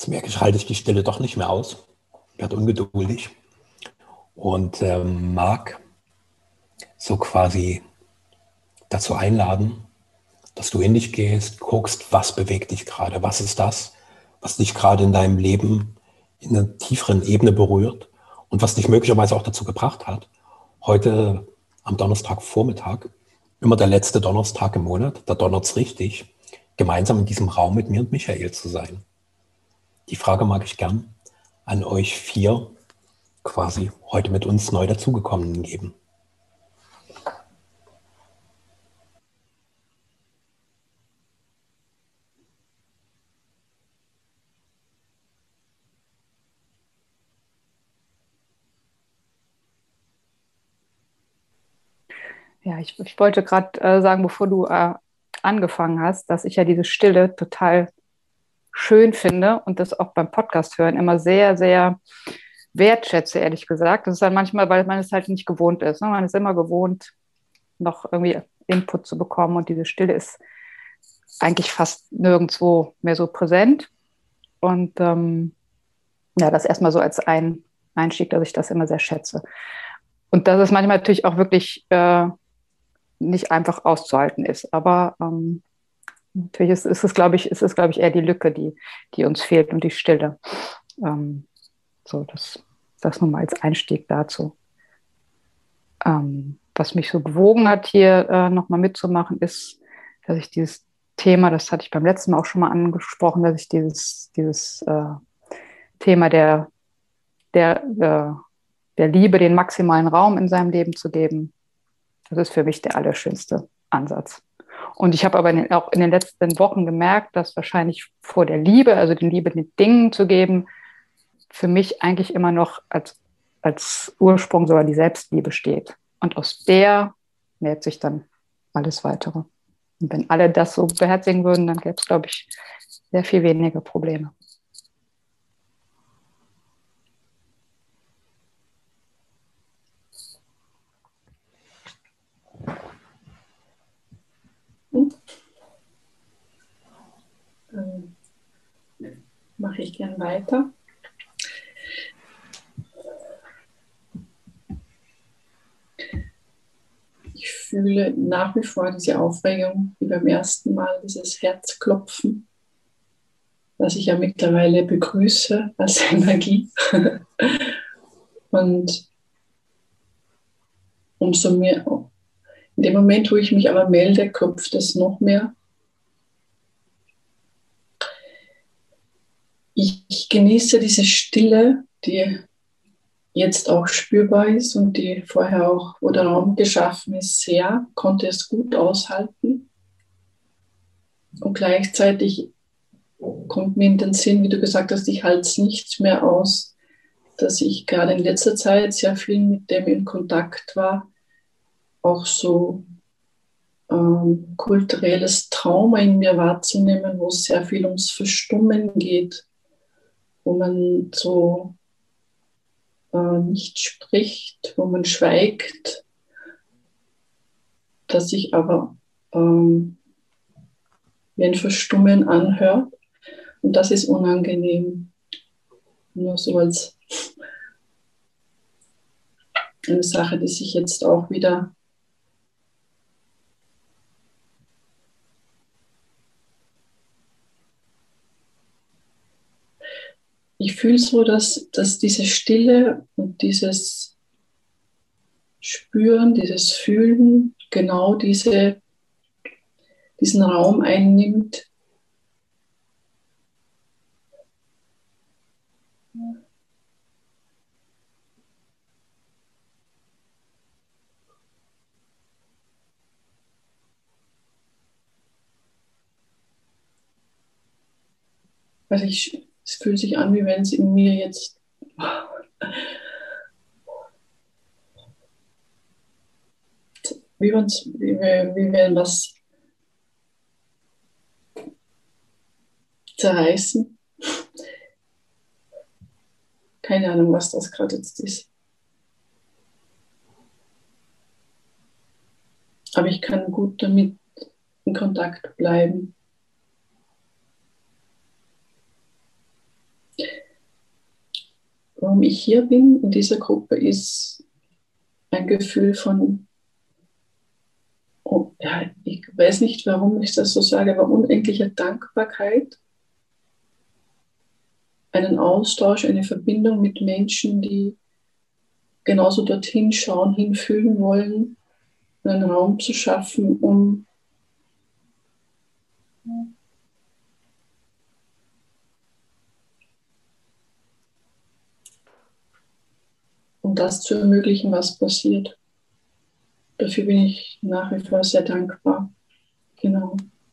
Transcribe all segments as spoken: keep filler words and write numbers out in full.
Jetzt merke ich, halte ich die Stille doch nicht mehr aus. Ich werde ungeduldig und ähm, mag so quasi dazu einladen, dass du in dich gehst, guckst, was bewegt dich gerade, was ist das, was dich gerade in deinem Leben in einer tieferen Ebene berührt und was dich möglicherweise auch dazu gebracht hat, heute am Donnerstagvormittag, immer der letzte Donnerstag im Monat, da donnert's richtig, gemeinsam in diesem Raum mit mir und Michael zu sein. Die Frage mag ich gern an euch vier quasi heute mit uns neu dazugekommenen geben. Ja, ich, ich wollte gerade äh, sagen, bevor du äh, angefangen hast, dass ich ja diese Stille total schön finde und das auch beim Podcast hören immer sehr, sehr wertschätze, ehrlich gesagt. Das ist dann manchmal, weil man es halt nicht gewohnt ist. Ne? Man ist immer gewohnt, noch irgendwie Input zu bekommen und diese Stille ist eigentlich fast nirgendwo mehr so präsent. Und ähm, ja, das erstmal so als ein Einstieg, dass ich das immer sehr schätze. Und dass es manchmal natürlich auch wirklich äh, nicht einfach auszuhalten ist. Aber ähm, natürlich ist, ist es, glaube ich, ist es, glaube ich, eher die Lücke, die, die uns fehlt und die Stille. Ähm, so, das, das nochmal als Einstieg dazu. Ähm, was mich so bewogen hat, hier äh, nochmal mitzumachen, ist, dass ich dieses Thema, das hatte ich beim letzten Mal auch schon mal angesprochen, dass ich dieses, dieses äh, Thema der, der, äh, der Liebe, den maximalen Raum in seinem Leben zu geben, das ist für mich der allerschönste Ansatz. Und ich habe aber in den, auch in den letzten Wochen gemerkt, dass wahrscheinlich vor der Liebe, also die Liebe den Dingen zu geben, für mich eigentlich immer noch als, als Ursprung sogar die Selbstliebe steht. Und aus der nährt sich dann alles Weitere. Und wenn alle das so beherzigen würden, dann gäbe es, glaube ich, sehr viel weniger Probleme. Dann mache ich gern weiter. Ich fühle nach wie vor diese Aufregung wie beim ersten Mal, dieses Herzklopfen, was ich ja mittlerweile begrüße als Energie. Und umso mehr, in dem Moment, wo ich mich aber melde, klopft es noch mehr. Ich, ich genieße diese Stille, die jetzt auch spürbar ist und die vorher auch, wo der Raum geschaffen ist, sehr, konnte es gut aushalten. Und gleichzeitig kommt mir in den Sinn, wie du gesagt hast, ich halte es nicht mehr aus, dass ich gerade in letzter Zeit sehr viel mit dem in Kontakt war, auch so ähm, kulturelles Trauma in mir wahrzunehmen, wo es sehr viel ums Verstummen geht, wo man so äh, nicht spricht, wo man schweigt, das sich aber ähm, wie ein Verstummen anhört. Und das ist unangenehm. Nur so als eine Sache, die sich jetzt auch wieder ich fühle so, dass, dass diese Stille und dieses Spüren, dieses Fühlen genau diese, diesen Raum einnimmt, also ich, es fühlt sich an, wie wenn es in mir jetzt wie, wie, wie wenn was zerreißen. Keine Ahnung, was das gerade jetzt ist. Aber ich kann gut damit in Kontakt bleiben. warum ich hier bin in dieser Gruppe, ist ein Gefühl von, oh, ja, ich weiß nicht, warum ich das so sage, aber unendlicher Dankbarkeit, einen Austausch, eine Verbindung mit Menschen, die genauso dorthin schauen, hinfühlen wollen, einen Raum zu schaffen, um um das zu ermöglichen, was passiert. Dafür bin ich nach wie vor sehr dankbar. Genau.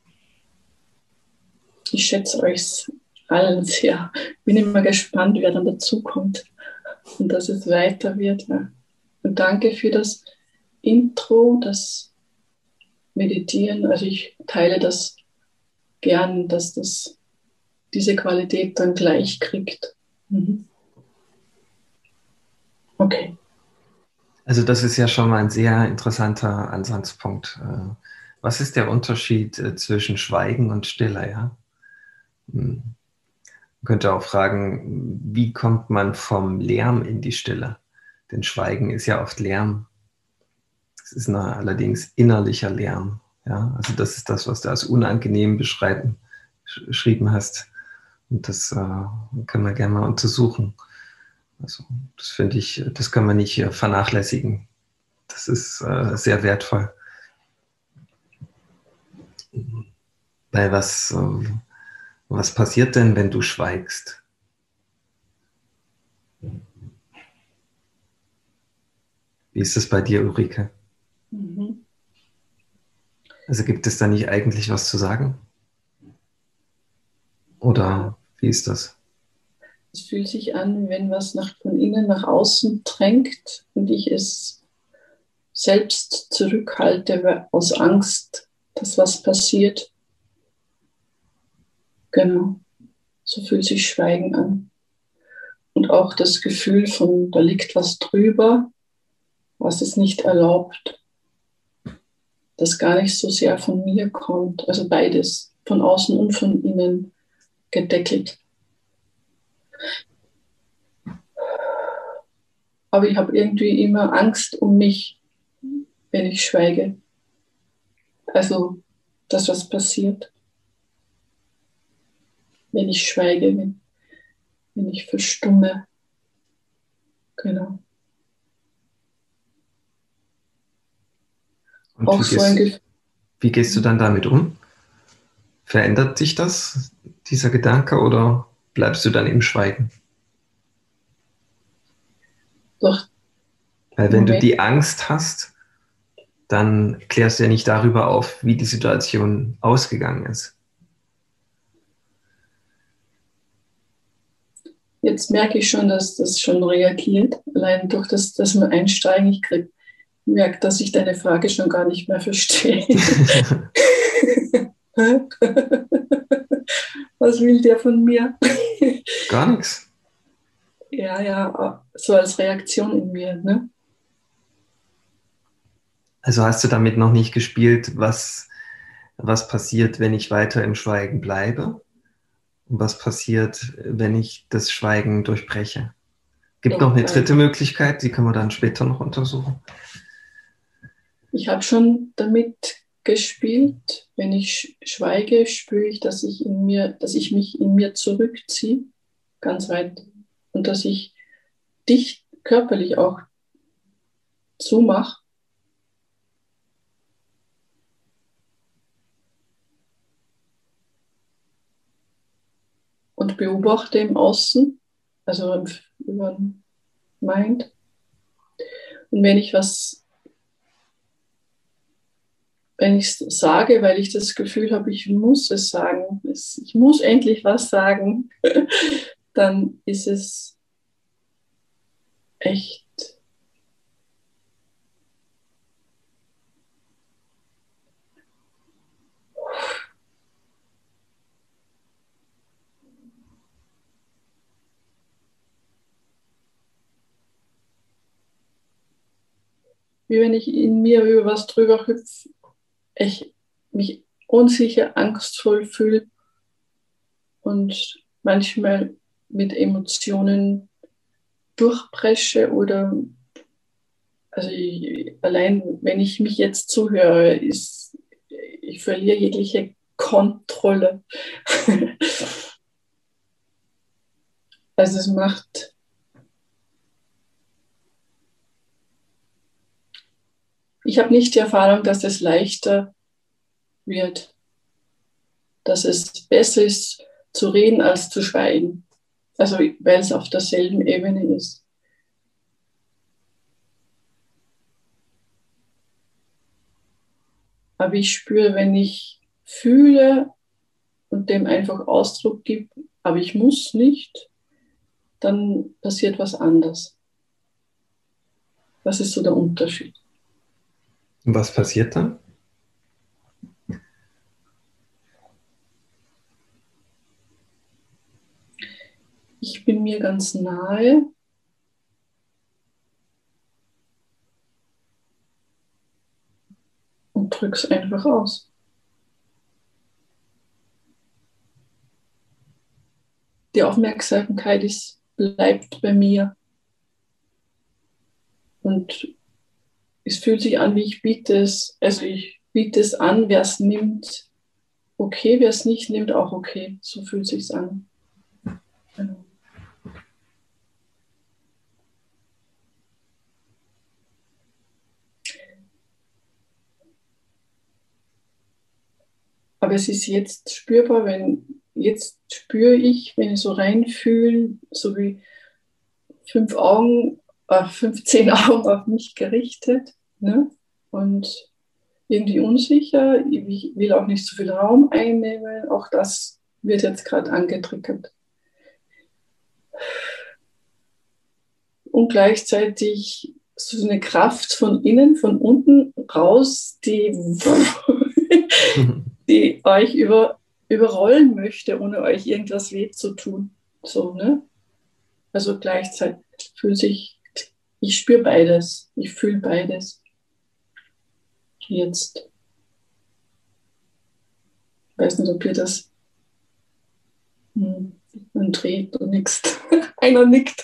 Ich schätze euch allen sehr. Bin immer gespannt, wer dann dazukommt und dass es weiter wird. Ja. Und danke für das Intro, das Meditieren. Also ich teile das gern, dass das diese Qualität dann gleich kriegt. Mhm. Okay. Also das ist ja schon mal ein sehr interessanter Ansatzpunkt. Was ist der Unterschied zwischen Schweigen und Stille? Ja? Man könnte auch fragen, wie kommt man vom Lärm in die Stille? Denn Schweigen ist ja oft Lärm. Es ist eine, allerdings innerlicher Lärm. Ja? Also das ist das, was du als unangenehm beschreiben, beschrieben hast. Und das äh, können wir gerne mal untersuchen. Also das finde ich, das kann man nicht vernachlässigen. Das ist äh, sehr wertvoll. Weil was, äh, was passiert denn, wenn du schweigst? Wie ist es bei dir, Ulrike? Mhm. Also gibt es da nicht eigentlich was zu sagen? Oder wie ist das? Es fühlt sich an, wenn was nach, von innen nach außen drängt und ich es selbst zurückhalte aus Angst, dass was passiert. Genau, so fühlt sich Schweigen an. Und auch das Gefühl von, da liegt was drüber, was es nicht erlaubt, das gar nicht so sehr von mir kommt. Also beides, von außen und von innen gedeckelt. Aber ich habe irgendwie immer Angst um mich, wenn ich schweige. Also, dass was passiert, wenn ich schweige, wenn, wenn ich verstumme. Genau. Und Auch wie so ein gehst, Gefühl. wie gehst du dann damit um? Verändert dich das, dieser Gedanke, oder bleibst du dann im Schweigen? Doch, Weil im wenn du Moment, die Angst hast, dann klärst du ja nicht darüber auf, wie die Situation ausgegangen ist. jetzt merke ich schon, dass das schon reagiert. Allein durch das, dass wir einsteigen, ich krieg, merke, dass ich deine Frage schon gar nicht mehr verstehe. Was will der von mir? Gar nichts. Ja, ja, so als Reaktion in mir. Ne? Also hast du damit noch nicht gespielt, was, was passiert, wenn ich weiter im Schweigen bleibe? Und was passiert, wenn ich das Schweigen durchbreche? Gibt noch Doch, eine weil dritte Möglichkeit, die können wir dann später noch untersuchen. ich habe schon damit gespielt. Wenn ich schweige, spüre ich, dass ich in mir, dass ich mich in mir zurückziehe, ganz weit, und dass ich dich körperlich auch zumache. Und beobachte im Außen, also über den Mind. Und wenn ich was, wenn ich es sage, weil ich das Gefühl habe, ich muss es sagen, ich muss endlich was sagen, dann ist es echt wie wenn ich in mir über was drüber hüpfe, ich mich unsicher, angstvoll fühle und manchmal mit Emotionen durchpresche oder also ich, allein wenn ich mich jetzt zuhöre, ist, ich verliere jegliche Kontrolle. Also es macht ich habe nicht die Erfahrung, dass es leichter wird, dass es besser ist zu reden als zu schweigen. Also weil es auf derselben Ebene ist. Aber ich spüre, wenn ich fühle und dem einfach Ausdruck gebe, aber ich muss nicht, dann passiert was anderes. Das ist so der Unterschied. Und was passiert dann? Ich bin mir ganz nahe. Und drück's einfach aus. Die Aufmerksamkeit ist, bleibt bei mir. Und es fühlt sich an, wie ich biete es, also ich biete es an, wer es nimmt, okay, wer es nicht nimmt, auch okay. So fühlt es sich an. Genau. Aber es ist jetzt spürbar, wenn jetzt spüre ich, wenn ich so reinfühle, so wie fünf Augen, äh, fünfzehn Augen auf mich gerichtet, ne? Und irgendwie unsicher, ich will auch nicht so viel Raum einnehmen, auch das wird jetzt gerade angetriggert. Und gleichzeitig so eine Kraft von innen, von unten raus, die die euch über, überrollen möchte, ohne euch irgendwas weh zu tun. So, ne? Also gleichzeitig fühlt sich, ich spüre beides, ich fühle beides. Jetzt. Ich weiß nicht, ob ihr das hm, man dreht und nichts. Einer nickt.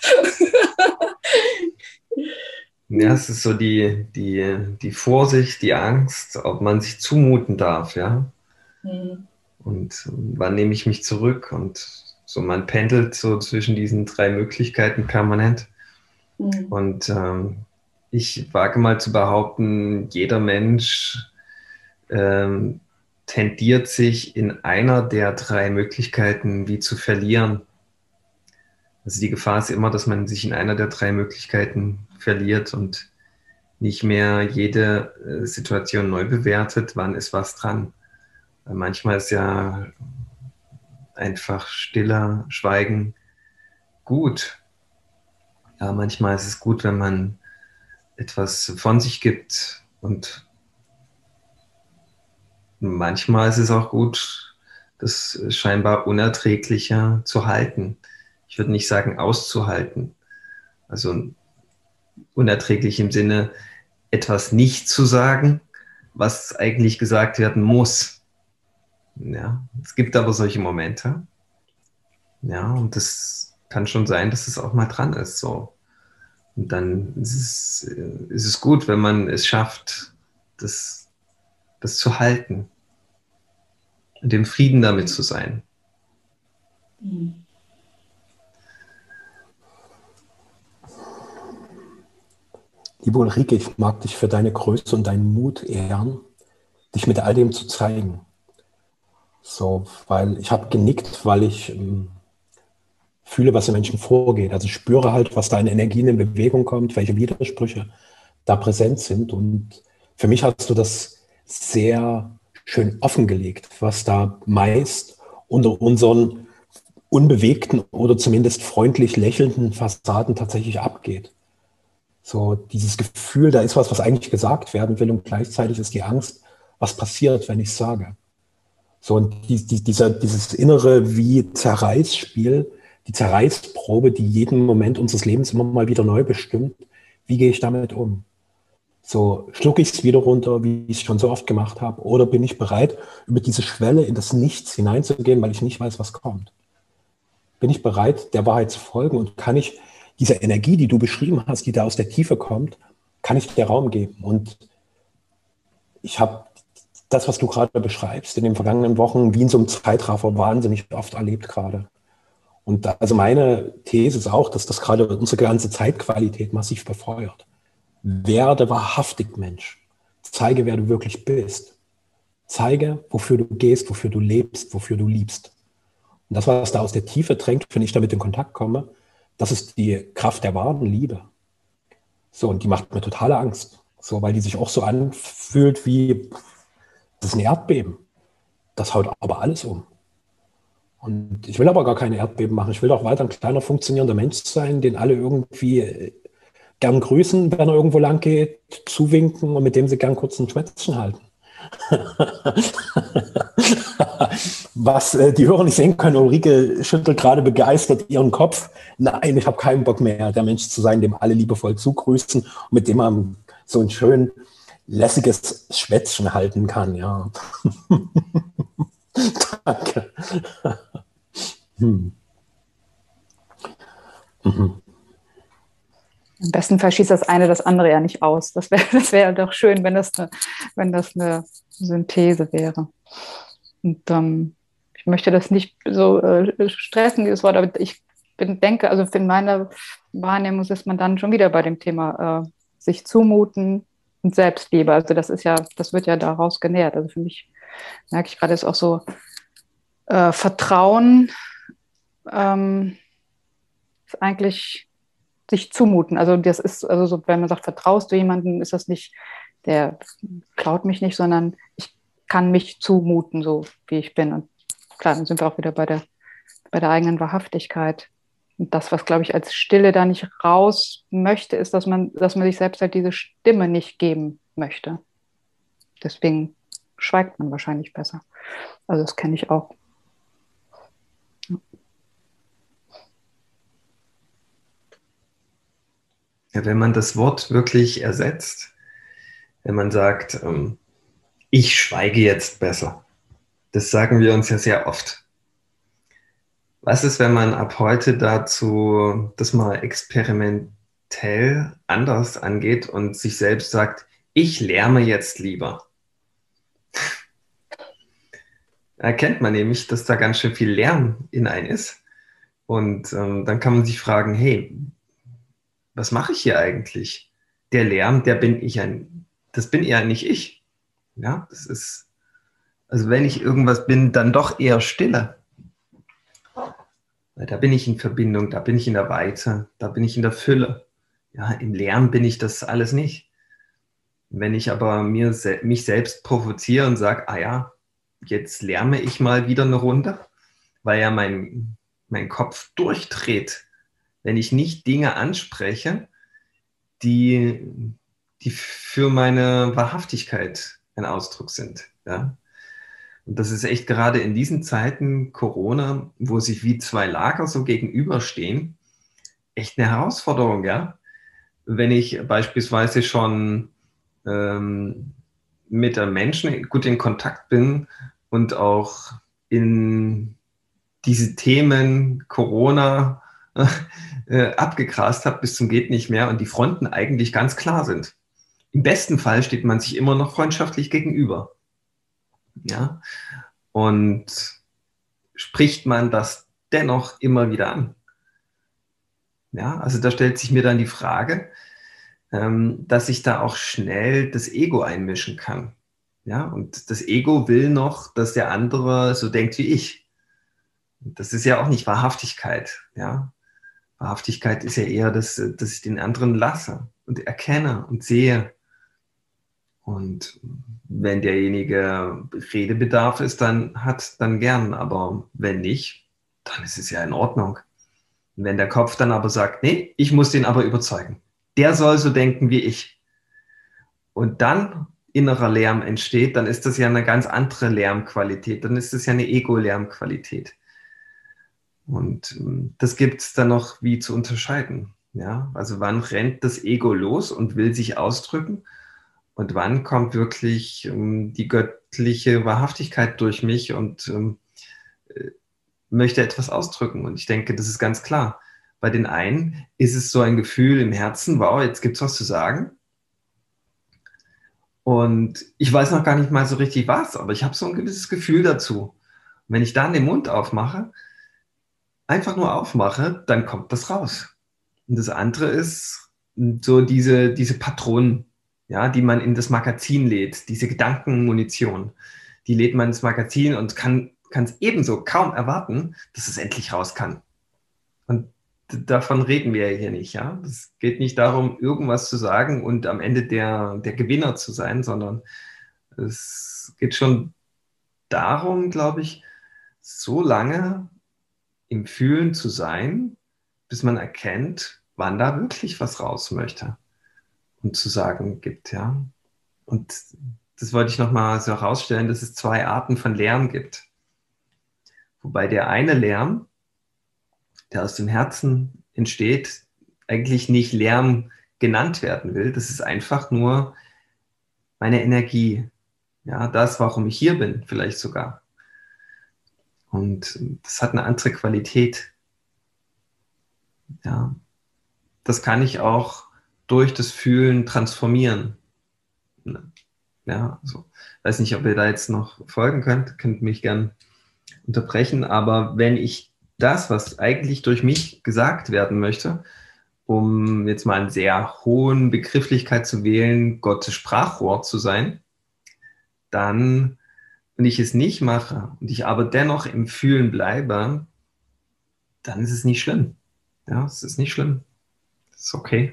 Ja, es ist so die, die, die Vorsicht, die Angst, ob man sich zumuten darf, ja. Mhm. Und wann nehme ich mich zurück? Und so, man pendelt so zwischen diesen drei Möglichkeiten permanent. Mhm. Und ähm, ich wage mal zu behaupten, jeder Mensch ähm, tendiert sich in einer der drei Möglichkeiten wie zu verlieren. Also die Gefahr ist immer, dass man sich in einer der drei Möglichkeiten verliert und nicht mehr jede äh, Situation neu bewertet, wann ist was dran. Weil manchmal ist ja einfach stiller Schweigen gut. Ja, manchmal ist es gut, wenn man etwas von sich gibt und manchmal ist es auch gut, das scheinbar Unerträgliche zu halten. Ich würde nicht sagen auszuhalten. Also unerträglich im Sinne, etwas nicht zu sagen, was eigentlich gesagt werden muss. Ja, es gibt aber solche Momente. Ja, und das kann schon sein, dass es auch mal dran ist. So. Und dann ist es, ist es gut, wenn man es schafft, das, das zu halten und im Frieden damit zu sein. Mhm. Liebe Ulrike, ich mag dich für deine Größe und deinen Mut ehren, dich mit all dem zu zeigen. So, weil ich habe genickt, weil ich ähm, fühle, was in Menschen vorgeht. Also ich spüre halt, was da in Energien in Bewegung kommt, welche Widersprüche da präsent sind. Und für mich hast du das sehr schön offengelegt, was da meist unter unseren unbewegten oder zumindest freundlich lächelnden Fassaden tatsächlich abgeht. So dieses Gefühl, da ist was, was eigentlich gesagt werden will und gleichzeitig ist die Angst, was passiert, wenn ich es sage. So und die, die, dieser, dieses innere wie Zerreißspiel, die Zerreißprobe, die jeden Moment unseres Lebens immer mal wieder neu bestimmt, wie gehe ich damit um? So schlucke ich es wieder runter, wie ich es schon so oft gemacht habe, oder bin ich bereit, über diese Schwelle in das Nichts hineinzugehen, weil ich nicht weiß, was kommt? Bin ich bereit, der Wahrheit zu folgen und kann ich diese Energie, die du beschrieben hast, die da aus der Tiefe kommt, kann ich dir Raum geben. Und ich habe das, was du gerade beschreibst, in den vergangenen Wochen wie in so einem Zeitraffer wahnsinnig oft erlebt gerade. Und da, also meine These ist auch, dass das gerade unsere ganze Zeitqualität massiv befeuert. Werde wahrhaftig Mensch. Zeige, wer du wirklich bist. Zeige, wofür du gehst, wofür du lebst, wofür du liebst. Und das, was da aus der Tiefe drängt, wenn ich damit in Kontakt komme, das ist die Kraft der wahren Liebe. So, und die macht mir totale Angst. So, weil die sich auch so anfühlt wie, das ist ein Erdbeben. Das haut aber alles um. Und ich will aber gar keine Erdbeben machen. Ich will auch weiter ein kleiner, funktionierender Mensch sein, den alle irgendwie gern grüßen, wenn er irgendwo lang geht, zuwinken und mit dem sie gern kurz ein Schwätzchen halten. Was äh, die Hörer nicht sehen können, Ulrike schüttelt gerade begeistert ihren Kopf. Nein, ich habe keinen Bock mehr, der Mensch zu sein, dem alle liebevoll zugrüßen und mit dem man so ein schön lässiges Schwätzchen halten kann. Ja. Danke. Hm. Mhm. Im besten Fall schießt das eine das andere ja nicht aus. Das wäre das wär doch schön, wenn das eine, wenn das eine Synthese wäre. Und ähm, ich möchte das nicht so äh, stressen, dieses Wort, aber ich bin, denke, also in meiner Wahrnehmung ist man dann schon wieder bei dem Thema äh, sich zumuten und Selbstliebe. Also das ist ja, das wird ja daraus genährt. Also für mich merke ich gerade, ist auch so äh, Vertrauen ähm, ist eigentlich sich zumuten. Also das ist, also so, wenn man sagt, vertraust du jemandem, ist das nicht, der klaut mich nicht, sondern ich kann mich zumuten, so wie ich bin. Und klar, dann sind wir auch wieder bei der, bei der eigenen Wahrhaftigkeit. Und das, was, glaube ich, als Stille da nicht raus möchte, ist, dass man, dass man sich selbst halt diese Stimme nicht geben möchte. Deswegen schweigt man wahrscheinlich besser. Also das kenne ich auch. Ja, wenn man das Wort wirklich ersetzt, wenn man sagt, ähm, ich schweige jetzt besser, das sagen wir uns ja sehr oft. Was ist, wenn man ab heute dazu das mal experimentell anders angeht und sich selbst sagt, ich lärme jetzt lieber? Da erkennt man nämlich, dass da ganz schön viel Lärm in einem ist. Und ähm, dann kann man sich fragen, hey, was mache ich hier eigentlich? Der Lärm, der bin ich ein, das bin ja nicht ich. Ja, das ist, also wenn ich irgendwas bin, dann doch eher Stille. Weil da bin ich in Verbindung, da bin ich in der Weite, da bin ich in der Fülle. Ja, im Lärm bin ich das alles nicht. Wenn ich aber mir, mich selbst provoziere und sage, ah ja, jetzt lärme ich mal wieder eine Runde, weil ja mein, mein Kopf durchdreht, wenn ich nicht Dinge anspreche, die, die für meine Wahrhaftigkeit ein Ausdruck sind. Ja? Und das ist echt gerade in diesen Zeiten Corona, wo sich wie zwei Lager so gegenüberstehen, echt eine Herausforderung. Ja? Wenn ich beispielsweise schon ähm, mit einem Menschen gut in Kontakt bin und auch in diese Themen Corona äh, abgegrast habe bis zum geht nicht mehr und die Fronten eigentlich ganz klar sind. Im besten Fall steht man sich immer noch freundschaftlich gegenüber. Ja? Und spricht man das dennoch immer wieder an. Ja? Also da stellt sich mir dann die Frage, ähm, dass ich da auch schnell das Ego einmischen kann. Ja? Und das Ego will noch, dass der andere so denkt wie ich. Das ist ja auch nicht Wahrhaftigkeit. Ja? Wahrhaftigkeit ist ja eher, dass, dass ich den anderen lasse und erkenne und sehe. Und wenn derjenige Redebedarf ist, dann hat, dann gern. Aber wenn nicht, dann ist es ja in Ordnung. Und wenn der Kopf dann aber sagt, nee, ich muss den aber überzeugen. Der soll so denken wie ich. Und dann innerer Lärm entsteht, dann ist das ja eine ganz andere Lärmqualität. Dann ist das ja eine Ego-Lärmqualität. Und das gibt es dann noch wie zu unterscheiden. Ja? Also wann rennt das Ego los und will sich ausdrücken und wann kommt wirklich um, die göttliche Wahrhaftigkeit durch mich und um, möchte etwas ausdrücken. Und ich denke, das ist ganz klar. Bei den einen ist es so ein Gefühl im Herzen, wow, jetzt gibt es was zu sagen. Und ich weiß noch gar nicht mal so richtig was, aber ich habe so ein gewisses Gefühl dazu. Und wenn ich dann den Mund aufmache, einfach nur aufmache, dann kommt das raus. Und das andere ist so diese, diese Patronen, ja, die man in das Magazin lädt, diese Gedankenmunition. Die lädt man ins Magazin und kann es ebenso kaum erwarten, dass es endlich raus kann. Und davon reden wir ja hier nicht. Ja? Es geht nicht darum, irgendwas zu sagen und am Ende der, der Gewinner zu sein, sondern es geht schon darum, glaube ich, so lange im Fühlen zu sein, bis man erkennt, wann da wirklich was raus möchte und zu sagen gibt. Ja? Und das wollte ich nochmal so herausstellen, dass es zwei Arten von Lärm gibt. Wobei der eine Lärm, der aus dem Herzen entsteht, eigentlich nicht Lärm genannt werden will. Das ist einfach nur meine Energie. Ja, das, warum ich hier bin, vielleicht sogar. Und das hat eine andere Qualität. Ja, das kann ich auch durch das Fühlen transformieren. Ja, also, weiß nicht, ob ihr da jetzt noch folgen könnt, könnt mich gern unterbrechen, aber wenn ich das, was eigentlich durch mich gesagt werden möchte, um jetzt mal einen sehr hohen Begrifflichkeit zu wählen, Gottes Sprachrohr zu sein, dann, wenn ich es nicht mache und ich aber dennoch im Fühlen bleibe, dann ist es nicht schlimm. Ja, es ist nicht schlimm. Es ist okay.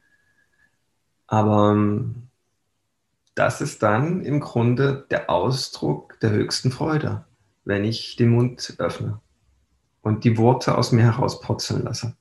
Aber das ist dann im Grunde der Ausdruck der höchsten Freude, wenn ich den Mund öffne und die Worte aus mir herauspurzeln lasse.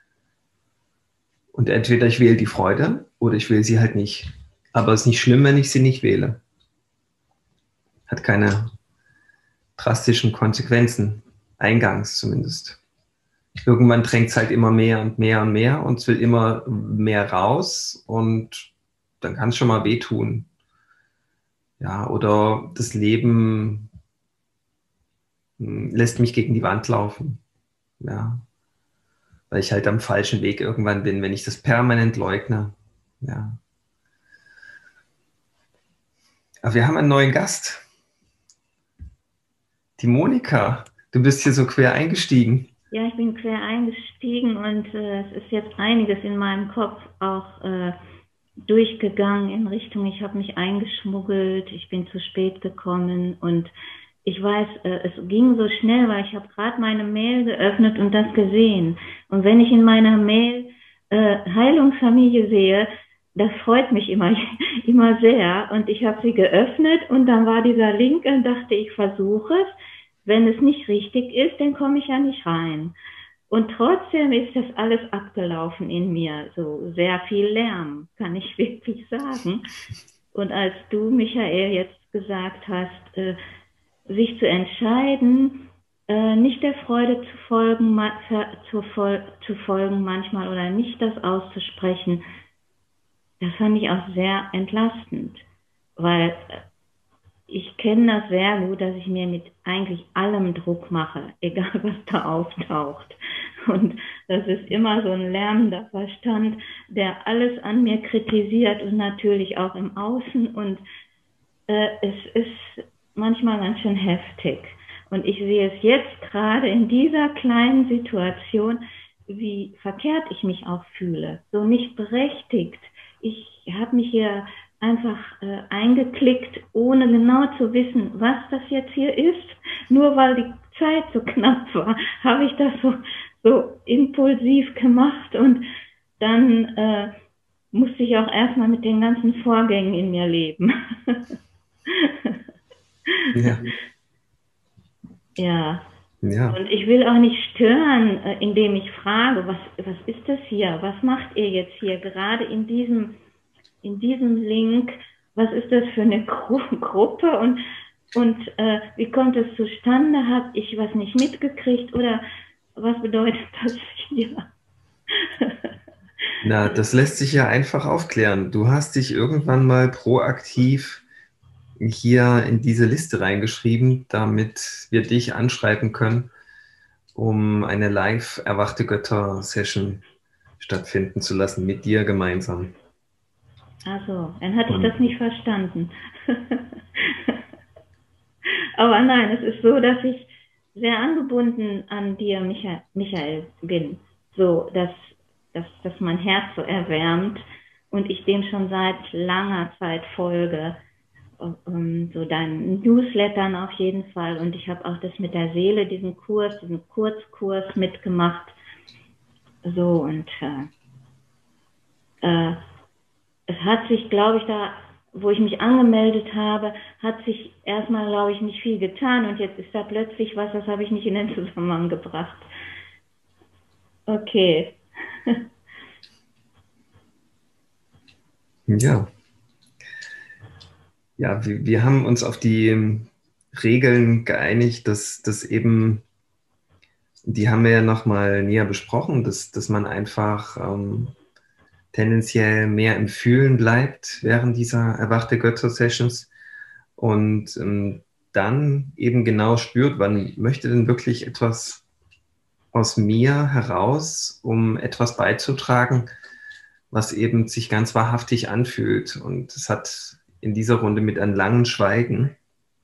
Und entweder ich wähle die Freude oder ich wähle sie halt nicht. Aber es ist nicht schlimm, wenn ich sie nicht wähle. Hat keine drastischen Konsequenzen, eingangs zumindest. Irgendwann drängt es halt immer mehr und mehr und mehr und es will immer mehr raus und dann kann es schon mal wehtun. Ja, oder das Leben lässt mich gegen die Wand laufen. Ja, weil ich halt am falschen Weg irgendwann bin, wenn ich das permanent leugne. Ja. Aber wir haben einen neuen Gast. Die Monika. Du bist hier so quer eingestiegen. Ja, ich bin quer eingestiegen und äh, es ist jetzt einiges in meinem Kopf auch äh, durchgegangen in Richtung, ich habe mich eingeschmuggelt, ich bin zu spät gekommen und ich weiß, äh, es ging so schnell, weil ich habe gerade meine Mail geöffnet und das gesehen. Und wenn ich in meiner Mail äh, Heilungsfamilie sehe, das freut mich immer, immer sehr. Und ich habe sie geöffnet und dann war dieser Link und dachte, ich versuche es. Wenn es nicht richtig ist, dann komme ich ja nicht rein. Und trotzdem ist das alles abgelaufen in mir. So sehr viel Lärm, kann ich wirklich sagen. Und als du, Michael, jetzt gesagt hast, äh, sich zu entscheiden, äh, nicht der Freude zu folgen, ma zu, fol zu folgen manchmal oder nicht das auszusprechen, das fand ich auch sehr entlastend, weil ich kenne das sehr gut, dass ich mir mit eigentlich allem Druck mache, egal was da auftaucht. Und das ist immer so ein lärmender Verstand, der alles an mir kritisiert und natürlich auch im Außen. Und äh, es ist manchmal ganz schön heftig. Und ich sehe es jetzt gerade in dieser kleinen Situation, wie verkehrt ich mich auch fühle. So nicht berechtigt. Ich habe mich hier einfach äh, eingeklickt, ohne genau zu wissen, was das jetzt hier ist. Nur weil die Zeit so knapp war, habe ich das so, so impulsiv gemacht und dann äh, musste ich auch erstmal mit den ganzen Vorgängen in mir leben. Ja. Ja. Ja. Und ich will auch nicht stören, äh, indem ich frage, was, was ist das hier? Was macht ihr jetzt hier gerade in diesem in diesem Link, was ist das für eine Gru Gruppe und, und äh, wie kommt es zustande? Habe ich was nicht mitgekriegt oder was bedeutet das hier? Na, das lässt sich ja einfach aufklären. Du hast dich irgendwann mal proaktiv hier in diese Liste reingeschrieben, damit wir dich anschreiben können um eine live Erwachte Götter-Session stattfinden zu lassen, mit dir gemeinsam. Also, dann hatte ich das nicht verstanden. Aber nein, es ist so, dass ich sehr angebunden an dir, Michael, Michael bin. So, dass, dass, dass mein Herz so erwärmt und ich dem schon seit langer Zeit folge. Um, so deinen Newslettern auf jeden Fall. Und ich habe auch das mit der Seele, diesen Kurs, diesen Kurzkurs mitgemacht. So, und äh, äh, es hat sich, glaube ich, da, wo ich mich angemeldet habe, hat sich erstmal, glaube ich, nicht viel getan. Und jetzt ist da plötzlich was, das habe ich nicht in den Zusammenhang gebracht. Okay. Ja. Ja, wir, wir haben uns auf die Regeln geeinigt, dass, dass eben, die haben wir ja nochmal näher besprochen, dass, dass man einfach ähm, tendenziell mehr im Fühlen bleibt während dieser Erwachte Götter-Sessions und ähm, dann eben genau spürt, wann möchte denn wirklich etwas aus mir heraus, um etwas beizutragen, was eben sich ganz wahrhaftig anfühlt. Und es hat in dieser Runde mit einem langen Schweigen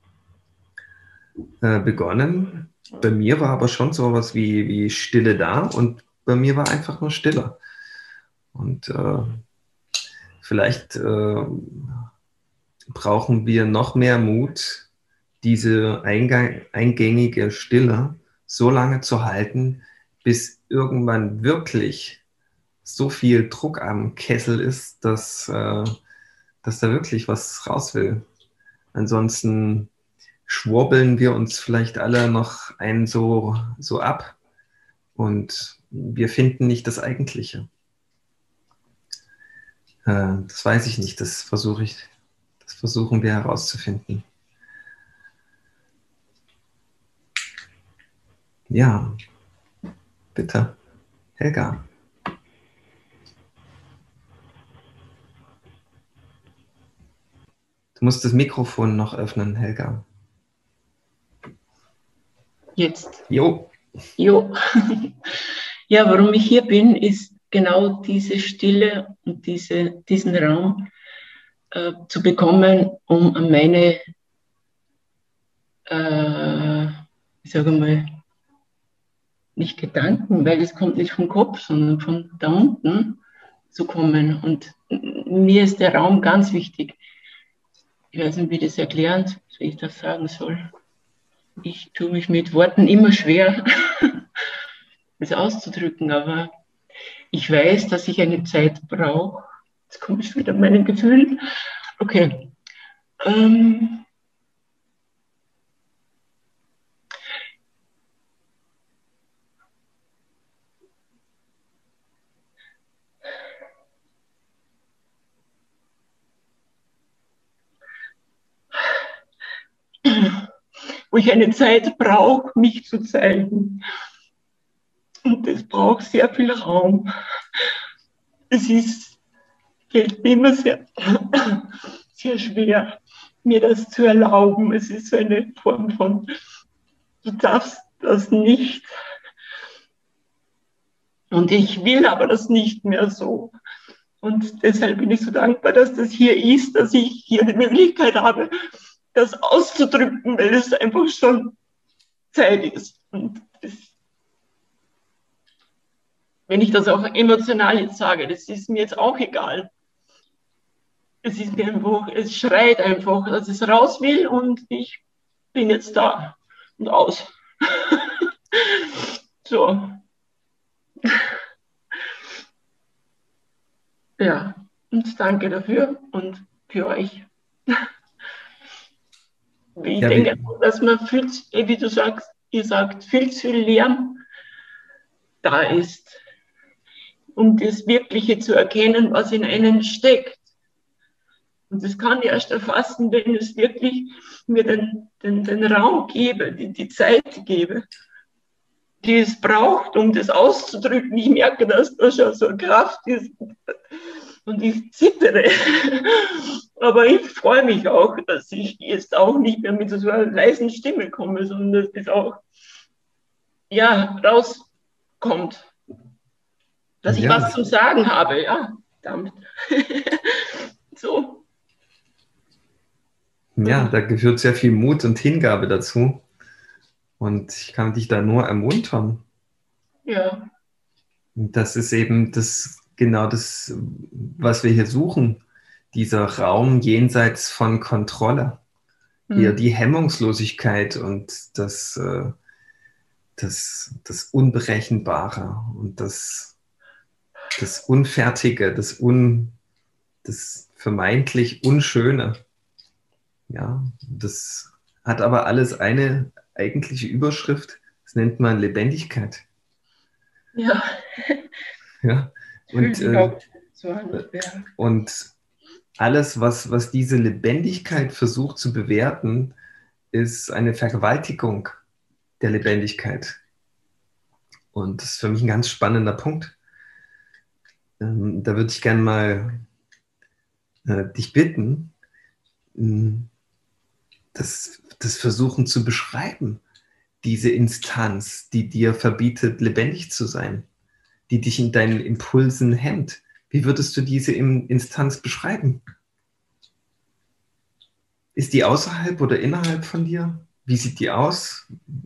äh, begonnen. Bei mir war aber schon so was wie, wie Stille da und bei mir war einfach nur Stille. Und äh, vielleicht äh, brauchen wir noch mehr Mut, diese eingang, eingängige Stille so lange zu halten, bis irgendwann wirklich so viel Druck am Kessel ist, dass äh, dass da wirklich was raus will. Ansonsten schwurbeln wir uns vielleicht alle noch einen so, so ab und wir finden nicht das Eigentliche. Äh, das weiß ich nicht, das versuche ich, das versuchen wir herauszufinden. Ja, bitte, Helga. Du musst das Mikrofon noch öffnen, Helga. Jetzt. Jo. Jo. Ja, warum ich hier bin, ist genau diese Stille und diese, diesen Raum äh, zu bekommen, um an meine, äh, ich sage mal, nicht Gedanken, weil das kommt nicht vom Kopf, sondern von da unten zu kommen. Und mir ist der Raum ganz wichtig. Ich weiß nicht, wie das erklären, wie ich das sagen soll. Ich tue mich mit Worten immer schwer, das auszudrücken, aber ich weiß, dass ich eine Zeit brauche. Jetzt komme ich wieder an meinen Gefühlen. Okay. Ähm wo ich eine Zeit brauche, mich zu zeigen. Und das braucht sehr viel Raum. Es ist, fällt mir immer sehr, sehr schwer, mir das zu erlauben. Es ist so eine Form von, du darfst das nicht. Und ich will aber das nicht mehr so. Und deshalb bin ich so dankbar, dass das hier ist, dass ich hier die Möglichkeit habe, das auszudrücken, weil es einfach schon Zeit ist. Und das, wenn ich das auch emotional jetzt sage, das ist mir jetzt auch egal. Es ist mir einfach, es schreit einfach, dass es raus will und ich bin jetzt da und aus. So. Ja, und danke dafür und für euch. Ich ja, denke, dass man viel, wie du sagst, ihr sagt, viel zu viel Lärm da ist, um das Wirkliche zu erkennen, was in einem steckt. Und das kann ich erst erfassen, wenn es wirklich mir den, den, den Raum gebe, die, die Zeit gebe, die es braucht, um das auszudrücken. Ich merke, dass da schon so eine Kraft ist und ich zittere. Aber ich freue mich auch, dass ich jetzt auch nicht mehr mit so einer leisen Stimme komme, sondern das ist auch ja, rauskommt. Dass ich Ja. was zu sagen habe, ja, damit. So. Ja, da gehört sehr viel Mut und Hingabe dazu. Und ich kann dich da nur ermuntern. Ja. Und das ist eben das, genau das, was wir hier suchen. Dieser Raum jenseits von Kontrolle. Hier die Hemmungslosigkeit und das, äh, das, das Unberechenbare und das, das Unfertige, das, Un, das vermeintlich Unschöne. Ja, das hat aber alles eine eigentliche Überschrift, das nennt man Lebendigkeit. Ja. Ja, und, äh, so an, ja. und alles, was, was diese Lebendigkeit versucht zu bewerten, ist eine Vergewaltigung der Lebendigkeit. Und das ist für mich ein ganz spannender Punkt. Ähm, da würde ich gerne mal äh, dich bitten, das, das versuchen zu beschreiben, diese Instanz, die dir verbietet, lebendig zu sein, die dich in deinen Impulsen hemmt. Wie würdest du diese Instanz beschreiben? Ist die außerhalb oder innerhalb von dir? Wie sieht die aus?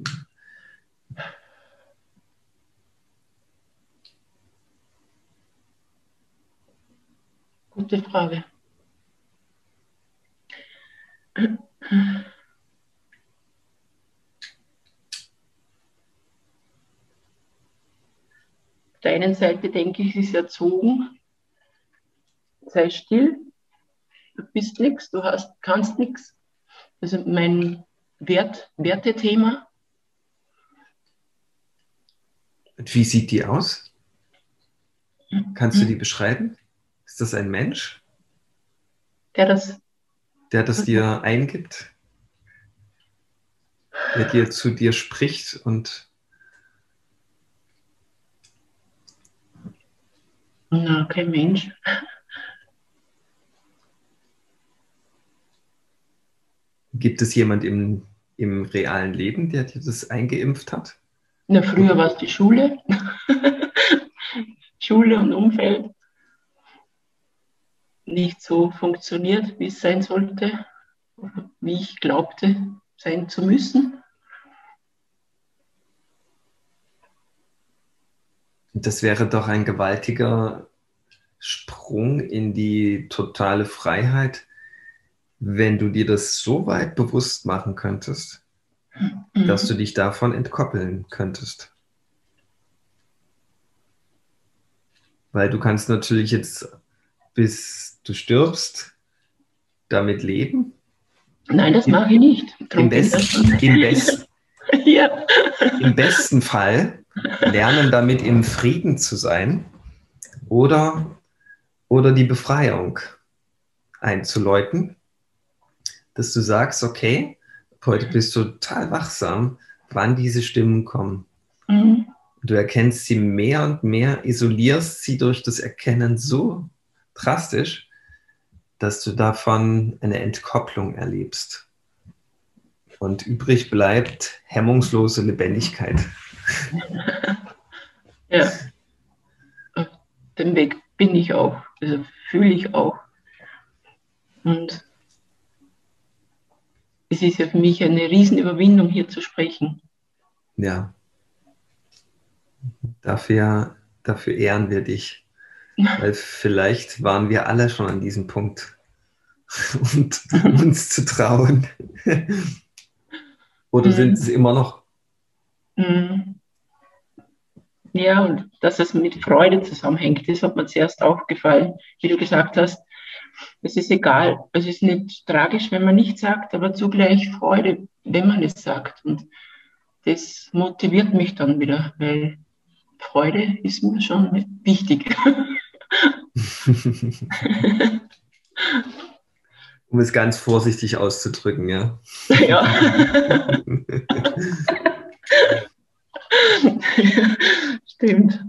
Gute Frage. Auf der einen Seite denke ich, es ist erzogen. Sei still, du bist nichts, du hast, kannst nichts. Also mein Wert, Wertethema. Und wie sieht die aus? Kannst du die beschreiben? Ist das ein Mensch, der das, der das dir eingibt? Der dir zu dir spricht und na, kein Mensch. Gibt es jemand im, im realen Leben, der dir das eingeimpft hat? Na, früher war es die Schule. Schule und Umfeld. Nicht so funktioniert, wie es sein sollte, wie ich glaubte, sein zu müssen. Das wäre doch ein gewaltiger Sprung in die totale Freiheit, wenn du dir das so weit bewusst machen könntest, mhm. dass du dich davon entkoppeln könntest. Weil du kannst natürlich jetzt, bis du stirbst, damit leben. Nein, das mache ich nicht. Im, Best, im, Best, ja. Im besten Fall lernen, damit im Frieden zu sein oder, oder die Befreiung einzuläuten, dass du sagst, okay, heute bist du total wachsam, wann diese Stimmen kommen. Mhm. Du erkennst sie mehr und mehr, isolierst sie durch das Erkennen so drastisch, dass du davon eine Entkopplung erlebst. Und übrig bleibt hemmungslose Lebendigkeit. Ja, auf dem Weg bin ich auch, also fühle ich auch. Und es ist ja für mich eine Riesenüberwindung, hier zu sprechen. Ja. Dafür, dafür ehren wir dich. Weil vielleicht waren wir alle schon an diesem Punkt. Und uns zu trauen. Oder mhm. sind es immer noch? Ja, und dass es mit Freude zusammenhängt, das hat mir zuerst aufgefallen, wie du gesagt hast. Es ist egal, es ist nicht tragisch, wenn man nichts sagt, aber zugleich Freude, wenn man es sagt. Und das motiviert mich dann wieder, weil Freude ist mir schon wichtig. Um es ganz vorsichtig auszudrücken, ja. Ja. Stimmt.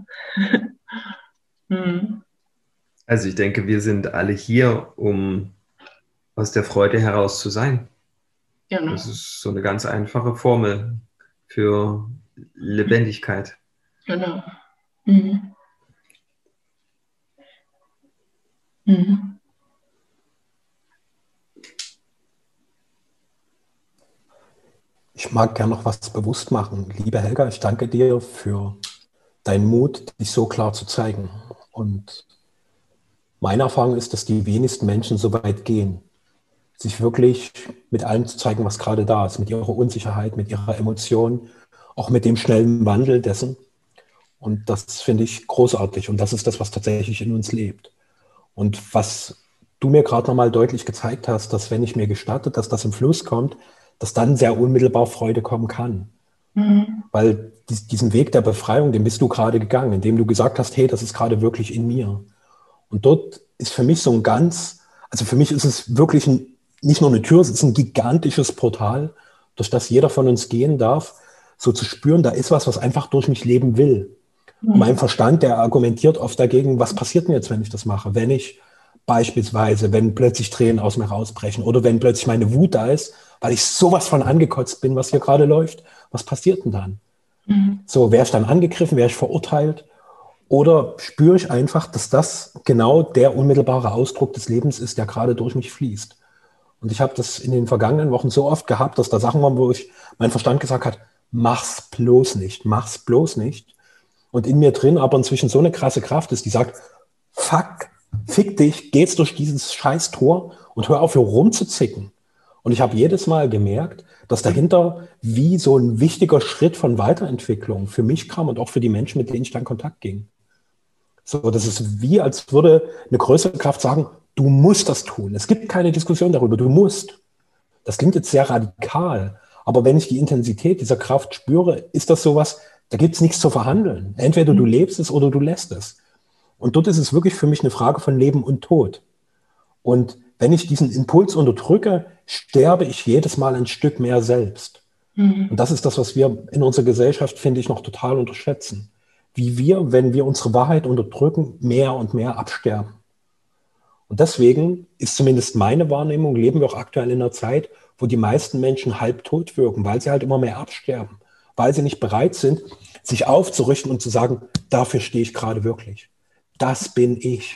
Hm. Also ich denke, wir sind alle hier, um aus der Freude heraus zu sein. Genau. Das ist so eine ganz einfache Formel für Lebendigkeit. Genau. Mhm. Mhm. Ich mag gern noch was bewusst machen. Liebe Helga, ich danke dir für deinen Mut, dich so klar zu zeigen. Und meine Erfahrung ist, dass die wenigsten Menschen so weit gehen, sich wirklich mit allem zu zeigen, was gerade da ist, mit ihrer Unsicherheit, mit ihrer Emotion, auch mit dem schnellen Wandel dessen. Und das finde ich großartig. Und das ist das, was tatsächlich in uns lebt. Und was du mir gerade nochmal deutlich gezeigt hast, dass wenn ich mir gestatte, dass das im Fluss kommt, dass dann sehr unmittelbar Freude kommen kann. Mhm. Weil diesen Weg der Befreiung, den bist du gerade gegangen, indem du gesagt hast, hey, das ist gerade wirklich in mir. Und dort ist für mich so ein ganz, also für mich ist es wirklich ein, nicht nur eine Tür, es ist ein gigantisches Portal, durch das jeder von uns gehen darf, so zu spüren, da ist was, was einfach durch mich leben will. Und mein Verstand, der argumentiert oft dagegen, was passiert denn jetzt, wenn ich das mache? Wenn ich beispielsweise, wenn plötzlich Tränen aus mir rausbrechen oder wenn plötzlich meine Wut da ist, weil ich sowas von angekotzt bin, was hier gerade läuft, was passiert denn dann? Mhm. So, wäre ich dann angegriffen, wäre ich verurteilt? Oder spüre ich einfach, dass das genau der unmittelbare Ausdruck des Lebens ist, der gerade durch mich fließt? Und ich habe das in den vergangenen Wochen so oft gehabt, dass da Sachen waren, wo ich mein Verstand gesagt hat, mach's bloß nicht, mach's bloß nicht. Und in mir drin aber inzwischen so eine krasse Kraft ist, die sagt, fuck, fick dich, geh jetzt durch dieses scheiß Tor und hör auf, hier rumzuzicken. Und ich habe jedes Mal gemerkt, dass dahinter wie so ein wichtiger Schritt von Weiterentwicklung für mich kam und auch für die Menschen, mit denen ich dann in Kontakt ging. So, das ist wie, als würde eine größere Kraft sagen, du musst das tun. Es gibt keine Diskussion darüber, du musst. Das klingt jetzt sehr radikal, aber wenn ich die Intensität dieser Kraft spüre, ist das sowas, da gibt es nichts zu verhandeln. Entweder du lebst es oder du lässt es. Und dort ist es wirklich für mich eine Frage von Leben und Tod. Und wenn ich diesen Impuls unterdrücke, sterbe ich jedes Mal ein Stück mehr selbst. Mhm. Und das ist das, was wir in unserer Gesellschaft, finde ich, noch total unterschätzen. Wie wir, wenn wir unsere Wahrheit unterdrücken, mehr und mehr absterben. Und deswegen ist zumindest meine Wahrnehmung, leben wir auch aktuell in einer Zeit, wo die meisten Menschen halbtot wirken, weil sie halt immer mehr absterben, weil sie nicht bereit sind, sich aufzurichten und zu sagen, dafür stehe ich gerade wirklich. Das bin ich.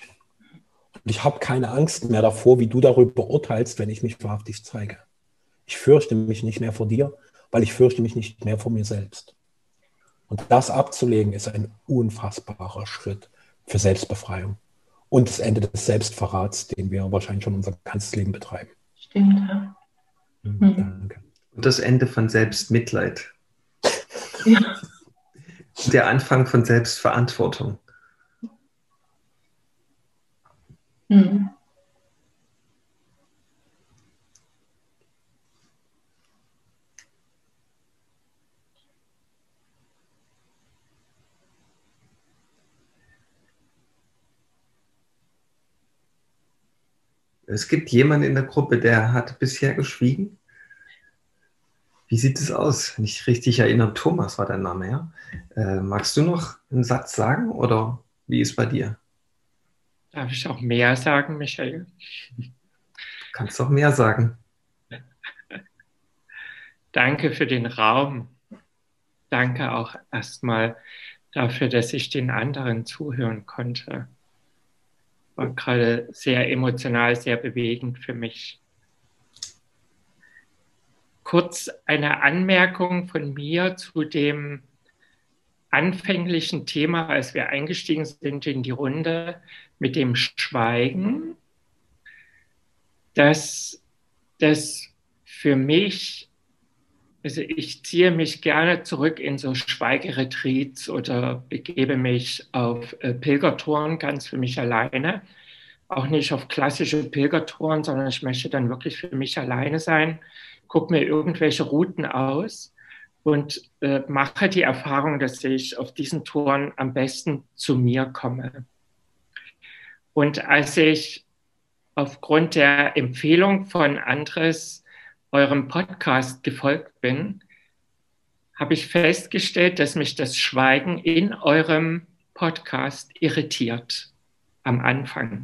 Und ich habe keine Angst mehr davor, wie du darüber urteilst, wenn ich mich wahrhaftig zeige. Ich fürchte mich nicht mehr vor dir, weil ich fürchte mich nicht mehr vor mir selbst. Und das abzulegen, ist ein unfassbarer Schritt für Selbstbefreiung. Und das Ende des Selbstverrats, den wir wahrscheinlich schon unser ganzes Leben betreiben. Stimmt, ja. Mhm. Danke. Und das Ende von Selbstmitleid. Ja. Der Anfang von Selbstverantwortung. Mhm. Es gibt jemanden in der Gruppe, der hat bisher geschwiegen. Wie sieht es aus? Wenn ich richtig erinnere, Thomas war dein Name, ja? Äh, magst du noch einen Satz sagen oder wie ist bei dir? Darf ich auch mehr sagen, Michael? Du kannst auch mehr sagen. Danke für den Raum. Danke auch erstmal dafür, dass ich den anderen zuhören konnte. War gerade sehr emotional, sehr bewegend für mich. Kurz eine Anmerkung von mir zu dem anfänglichen Thema, als wir eingestiegen sind in die Runde mit dem Schweigen, dass das für mich, also ich ziehe mich gerne zurück in so Schweigeretreats oder begebe mich auf äh, Pilgertouren ganz für mich alleine. Auch nicht auf klassische Pilgertouren, sondern ich möchte dann wirklich für mich alleine sein, gucke mir irgendwelche Routen aus und äh, mache die Erfahrung, dass ich auf diesen Touren am besten zu mir komme. Und als ich aufgrund der Empfehlung von Andres eurem Podcast gefolgt bin, habe ich festgestellt, dass mich das Schweigen in eurem Podcast irritiert am Anfang.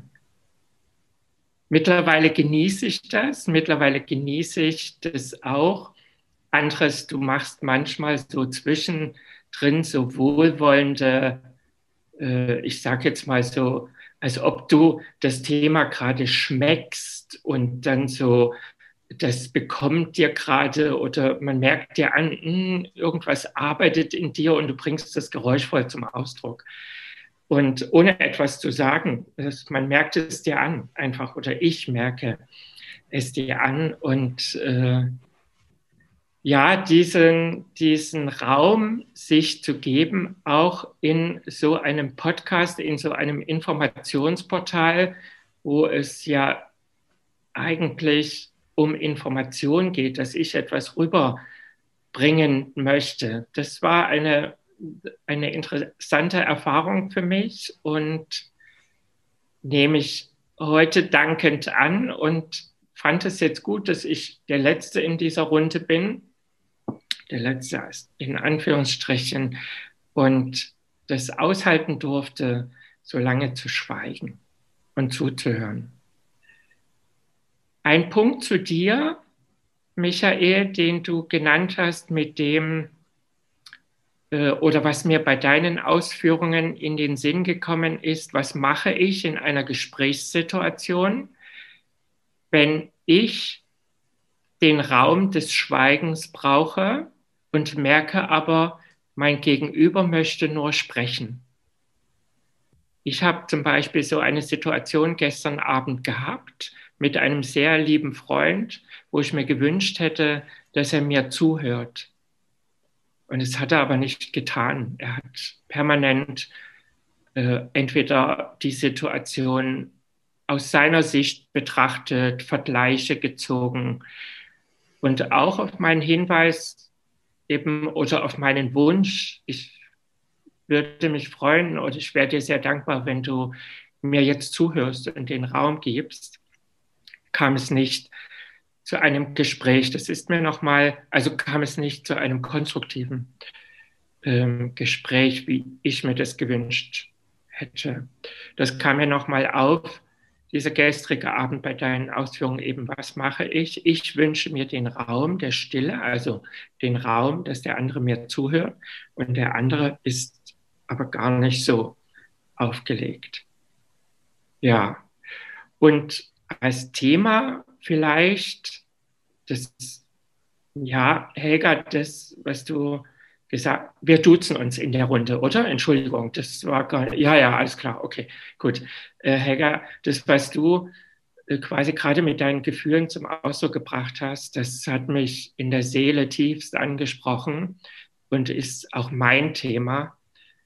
Mittlerweile genieße ich das, mittlerweile genieße ich das auch anderes, du machst manchmal so zwischendrin so wohlwollende, äh, ich sage jetzt mal so, als ob du das Thema gerade schmeckst und dann so, das bekommt dir gerade oder man merkt dir an, mh, irgendwas arbeitet in dir und du bringst das geräuschvoll zum Ausdruck. Und ohne etwas zu sagen, das, man merkt es dir an, einfach, oder ich merke es dir an. Und äh, ja, diesen, diesen Raum sich zu geben, auch in so einem Podcast, in so einem Informationsportal, wo es ja eigentlich um Information geht, dass ich etwas rüberbringen möchte. Das war eine, eine interessante Erfahrung für mich und nehme ich heute dankend an und fand es jetzt gut, dass ich der Letzte in dieser Runde bin, der Letzte in Anführungsstrichen, und das aushalten durfte, so lange zu schweigen und zuzuhören. Ein Punkt zu dir, Michael, den du genannt hast, mit dem, äh, oder was mir bei deinen Ausführungen in den Sinn gekommen ist, was mache ich in einer Gesprächssituation, wenn ich den Raum des Schweigens brauche und merke aber, mein Gegenüber möchte nur sprechen. Ich habe zum Beispiel so eine Situation gestern Abend gehabt mit einem sehr lieben Freund, wo ich mir gewünscht hätte, dass er mir zuhört. Und es hat er aber nicht getan. Er hat permanent äh, entweder die Situation aus seiner Sicht betrachtet, Vergleiche gezogen und auch auf meinen Hinweis eben oder auf meinen Wunsch, ich würde mich freuen oder ich wäre dir sehr dankbar, wenn du mir jetzt zuhörst und den Raum gibst, kam es nicht zu einem Gespräch. Das ist mir nochmal, also kam es nicht zu einem konstruktiven ähm, Gespräch, wie ich mir das gewünscht hätte. Das kam mir nochmal auf, dieser gestrige Abend bei deinen Ausführungen eben, was mache ich? Ich wünsche mir den Raum der Stille, also den Raum, dass der andere mir zuhört und der andere ist aber gar nicht so aufgelegt. Ja, und als Thema vielleicht, das, ja, Helga, das, was du gesagt, wir duzen uns in der Runde, oder? Entschuldigung, das war gar nicht, ja, ja, alles klar, okay, gut. Äh, Helga, das, was du äh, quasi gerade mit deinen Gefühlen zum Ausdruck gebracht hast, das hat mich in der Seele tiefst angesprochen und ist auch mein Thema.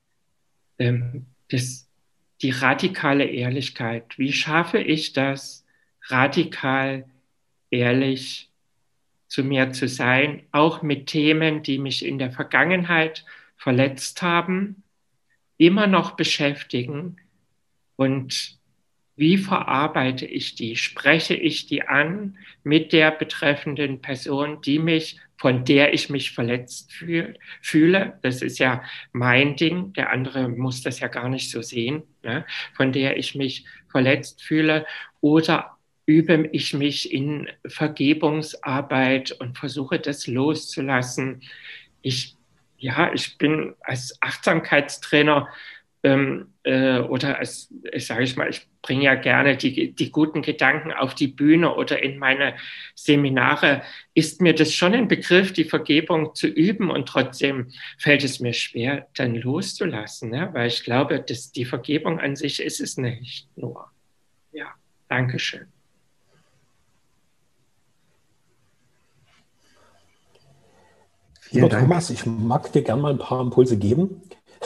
Ähm, das, die radikale Ehrlichkeit. Wie schaffe ich das, radikal ehrlich zu mir zu sein, auch mit Themen, die mich in der Vergangenheit verletzt haben, immer noch beschäftigen und wie verarbeite ich die? Spreche ich die an mit der betreffenden Person, die mich, von der ich mich verletzt fühle? Das ist ja mein Ding, der andere muss das ja gar nicht so sehen, ne? Von der ich mich verletzt fühle, oder übe ich mich in Vergebungsarbeit und versuche das loszulassen. Ich, ja, ich bin als Achtsamkeitstrainer ähm, äh, oder als, ich sage ich mal, ich bringe ja gerne die, die guten Gedanken auf die Bühne oder in meine Seminare, ist mir das schon ein Begriff, die Vergebung zu üben, und trotzdem fällt es mir schwer, dann loszulassen, ne? Weil ich glaube, dass die Vergebung an sich ist es nicht nur. Ja, Dankeschön. Lieber Thomas, ich mag dir gerne mal ein paar Impulse geben.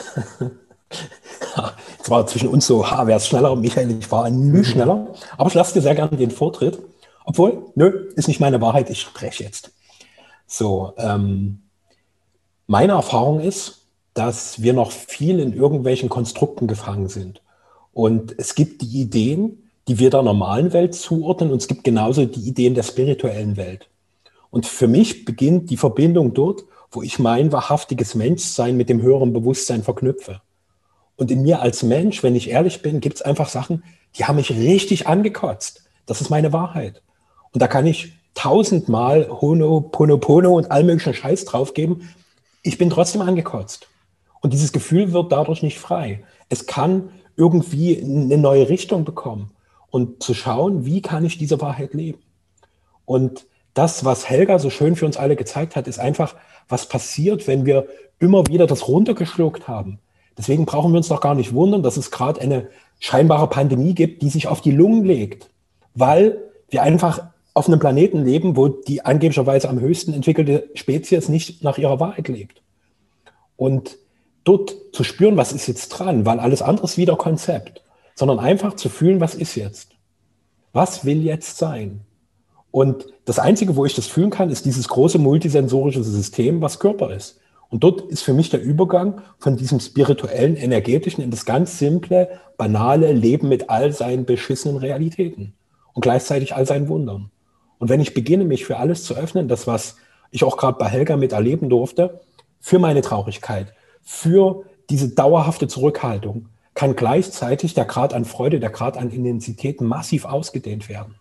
Es war zwischen uns so, ha, wer ist schneller? Michael, ich war ein Mühe schneller. Aber ich lasse dir sehr gerne den Vortritt. Obwohl, nö, ist nicht meine Wahrheit, ich spreche jetzt. So, ähm, meine Erfahrung ist, dass wir noch viel in irgendwelchen Konstrukten gefangen sind. Und es gibt die Ideen, die wir der normalen Welt zuordnen, und es gibt genauso die Ideen der spirituellen Welt. Und für mich beginnt die Verbindung dort, wo ich mein wahrhaftiges Menschsein mit dem höheren Bewusstsein verknüpfe. Und in mir als Mensch, wenn ich ehrlich bin, gibt es einfach Sachen, die haben mich richtig angekotzt. Das ist meine Wahrheit. Und da kann ich tausendmal Ho'oponopono und all möglichen Scheiß draufgeben, ich bin trotzdem angekotzt. Und dieses Gefühl wird dadurch nicht frei. Es kann irgendwie eine neue Richtung bekommen und zu schauen, wie kann ich diese Wahrheit leben. Und das, was Helga so schön für uns alle gezeigt hat, ist einfach, was passiert, wenn wir immer wieder das runtergeschluckt haben. Deswegen brauchen wir uns doch gar nicht wundern, dass es gerade eine scheinbare Pandemie gibt, die sich auf die Lungen legt, weil wir einfach auf einem Planeten leben, wo die angeblicherweise am höchsten entwickelte Spezies nicht nach ihrer Wahrheit lebt. Und dort zu spüren, was ist jetzt dran, weil alles andere ist wieder Konzept, sondern einfach zu fühlen, was ist jetzt? Was will jetzt sein? Und das Einzige, wo ich das fühlen kann, ist dieses große multisensorische System, was Körper ist. Und dort ist für mich der Übergang von diesem spirituellen, energetischen in das ganz simple, banale Leben mit all seinen beschissenen Realitäten und gleichzeitig all seinen Wundern. Und wenn ich beginne, mich für alles zu öffnen, das, was ich auch gerade bei Helga miterleben durfte, für meine Traurigkeit, für diese dauerhafte Zurückhaltung, kann gleichzeitig der Grad an Freude, der Grad an Intensität massiv ausgedehnt werden.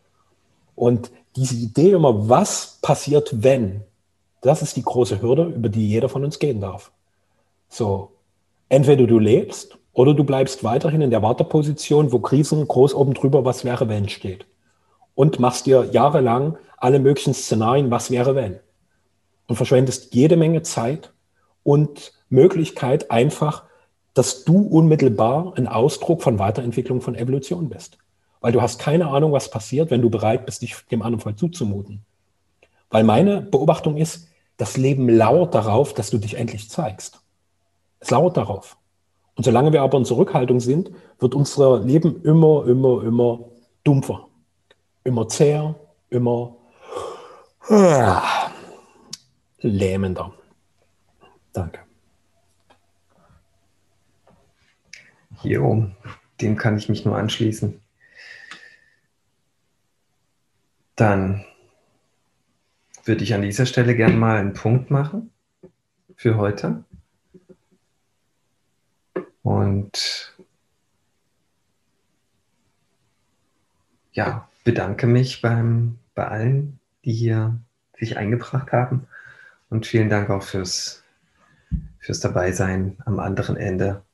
Und diese Idee immer, was passiert, wenn, das ist die große Hürde, über die jeder von uns gehen darf. So, entweder du lebst oder du bleibst weiterhin in der Warteposition, wo Krisen groß oben drüber was wäre, wenn steht. Und machst dir jahrelang alle möglichen Szenarien, was wäre, wenn. Und verschwendest jede Menge Zeit und Möglichkeit einfach, dass du unmittelbar ein Ausdruck von Weiterentwicklung, von Evolution bist. Weil du hast keine Ahnung, was passiert, wenn du bereit bist, dich dem anderen voll zuzumuten. Weil meine Beobachtung ist, das Leben lauert darauf, dass du dich endlich zeigst. Es lauert darauf. Und solange wir aber in Zurückhaltung sind, wird unser Leben immer, immer, immer dumpfer. Immer zäher, immer ah, lähmender. Danke. Jo, dem kann ich mich nur anschließen. Dann würde ich an dieser Stelle gerne mal einen Punkt machen für heute. Und ja, bedanke mich beim, bei allen, die hier sich eingebracht haben. Und vielen Dank auch fürs, fürs Dabeisein am anderen Ende.